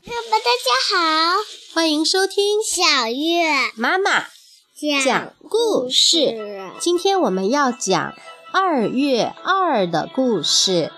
大家好， 欢迎收听小月妈妈讲故事。今天我们要讲2月2的故事。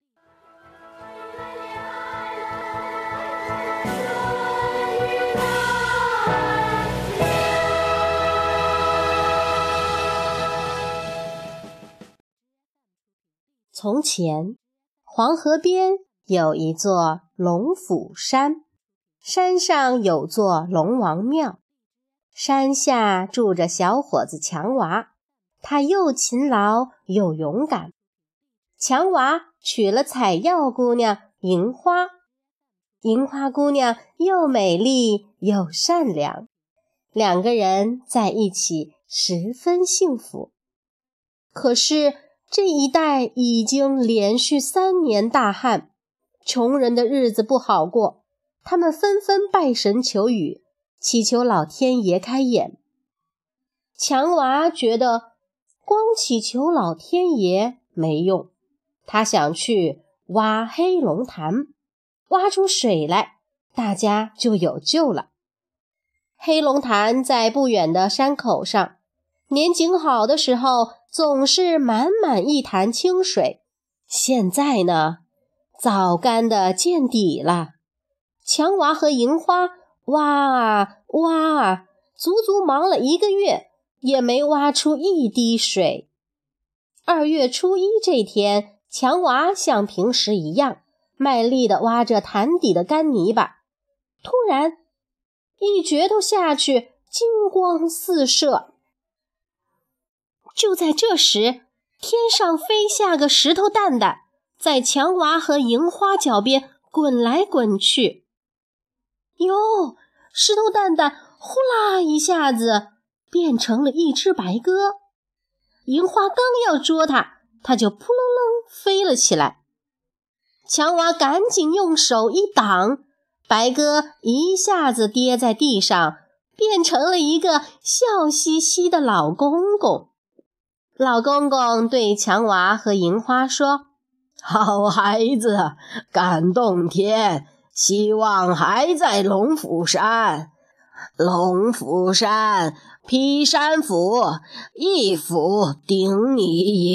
从前，黄河边有一座龙府山，山上有座龙王庙，山下住着小伙子强娃，他又勤劳又勇敢。强娃娶了采药姑娘银花，银花姑娘又美丽又善良，两个人在一起十分幸福。可是这一带已经连续3年大旱，穷人的日子不好过，他们纷纷拜神求雨，祈求老天爷开眼。强娃觉得光祈求老天爷没用，他想去挖黑龙潭，挖出水来，大家就有救了。黑龙潭在不远的山口上，年景好的时候总是满满一潭清水，现在呢，早干得见底了。强娃和银花挖啊挖啊，足足忙了1个月，也没挖出一滴水。2月初1这天，强娃像平时一样，卖力地挖着潭底的干泥巴。突然，一镢头下去，金光四射。就在这时，天上飞下个石头蛋蛋，在强娃和银花脚边滚来滚去。哟，石头蛋蛋呼啦一下子变成了一只白鸽，银花刚要捉它，它就扑棱棱飞了起来。强娃赶紧用手一挡，白鸽一下子跌在地上，变成了一个笑嘻嘻的老公公。老公公对强娃和银花说：好孩子，感动天，希望还在龙府山。龙府山，劈山斧，一斧顶你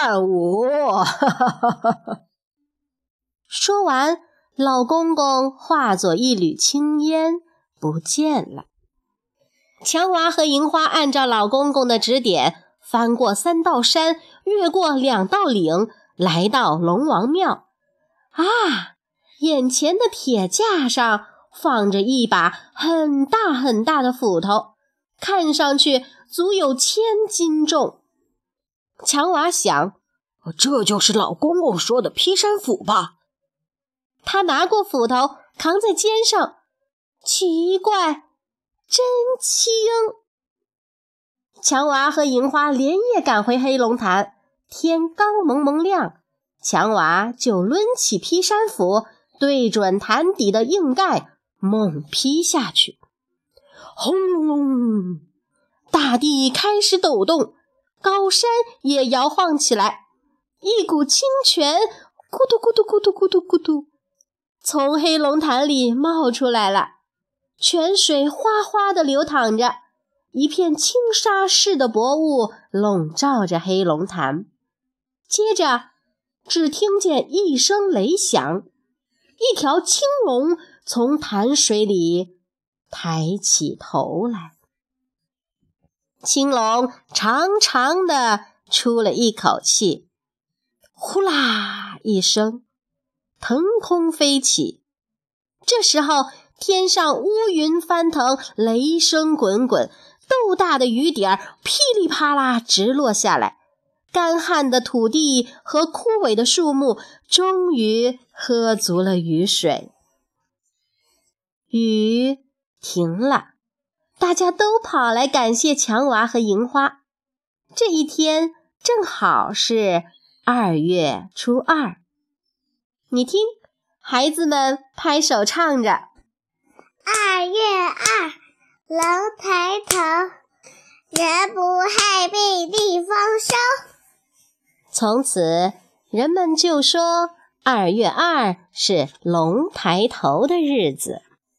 15000。说完，老公公化作一缕青烟不见了。强娃和银花按照老公公的指点，翻过3道山，越过2道岭，来到龙王庙。眼前的铁架上放着一把很大很大的斧头，看上去足有1000斤重。强娃想，这就是老公公说的劈山斧吧。他拿过斧头扛在肩上，奇怪，真轻。强娃和银花连夜赶回黑龙潭，天刚蒙蒙亮，强娃就抡起劈山斧，对准潭底的硬盖猛劈下去。轰隆隆，大地开始抖动，高山也摇晃起来，一股清泉咕嘟咕嘟咕嘟咕嘟咕嘟从黑龙潭里冒出来了，泉水哗哗地流淌着，一片轻纱似的薄雾笼罩着黑龙潭。接着，只听见一声雷响，一条青龙从潭水里抬起头来。青龙长长的出了一口气，呼啦一声，腾空飞起。这时候，天上乌云翻腾，雷声滚滚，豆大的雨点噼里啪啦直落下来，干旱的土地和枯萎的树木终于喝足了雨水。雨停了，大家都跑来感谢强娃和银花。这一天正好是2月初2。你听，孩子们拍手唱着 2月2，龙抬头，人不害病地丰收。 从此人们就说 2月2是龙抬头的日子。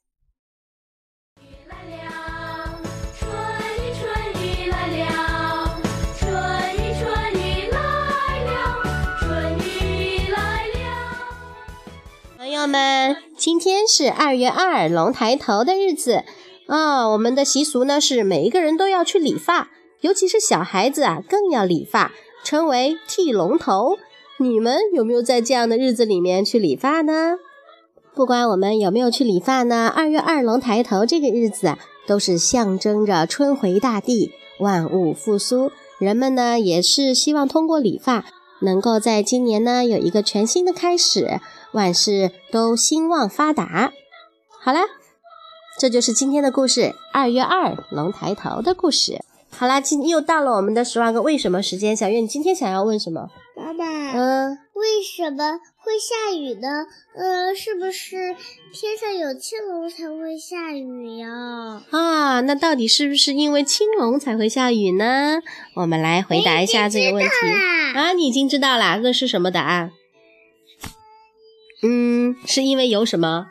朋友们，今天是2月2龙抬头的日子我们的习俗呢是每一个人都要去理发，尤其是小孩子更要理发，称为剃龙头。你们有没有在这样的日子里面去理发呢？不管我们有没有去理发呢，2月2龙抬头这个日子都是象征着春回大地，万物复苏。人们呢也是希望通过理发能够在今年呢有一个全新的开始，万事都兴旺发达。好啦，这就是今天的故事，2月2龙抬头的故事。好啦，今天又到了我们的10万个为什么时间。小月，你今天想要问什么？ 爸爸，为什么会下雨呢？是不是天上有青龙才会下雨呀？ 那到底是不是因为青龙才会下雨呢？我们来回答一下这个问题。你已经知道啦？那是什么答案？是因为有什么？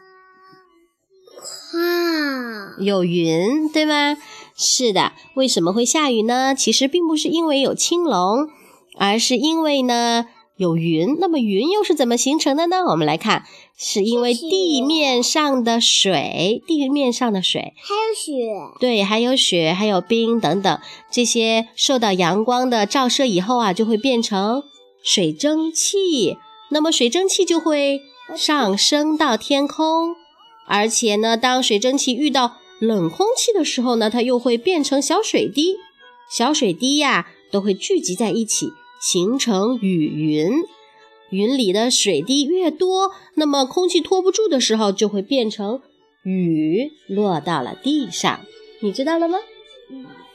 有云，对吗？是的，为什么会下雨呢？其实并不是因为有青龙，而是因为呢有云。那么云又是怎么形成的呢？我们来看，是因为地面上的水， 还有雪， 对，还有雪，还有冰等等，这些受到阳光的照射以后就会变成水蒸气。那么水蒸气就会上升到天空，而且呢，当水蒸气遇到冷空气的时候呢，它又会变成小水滴，小水滴都会聚集在一起，形成雨云。云里的水滴越多，那么空气拖不住的时候，就会变成雨落到了地上。你知道了吗？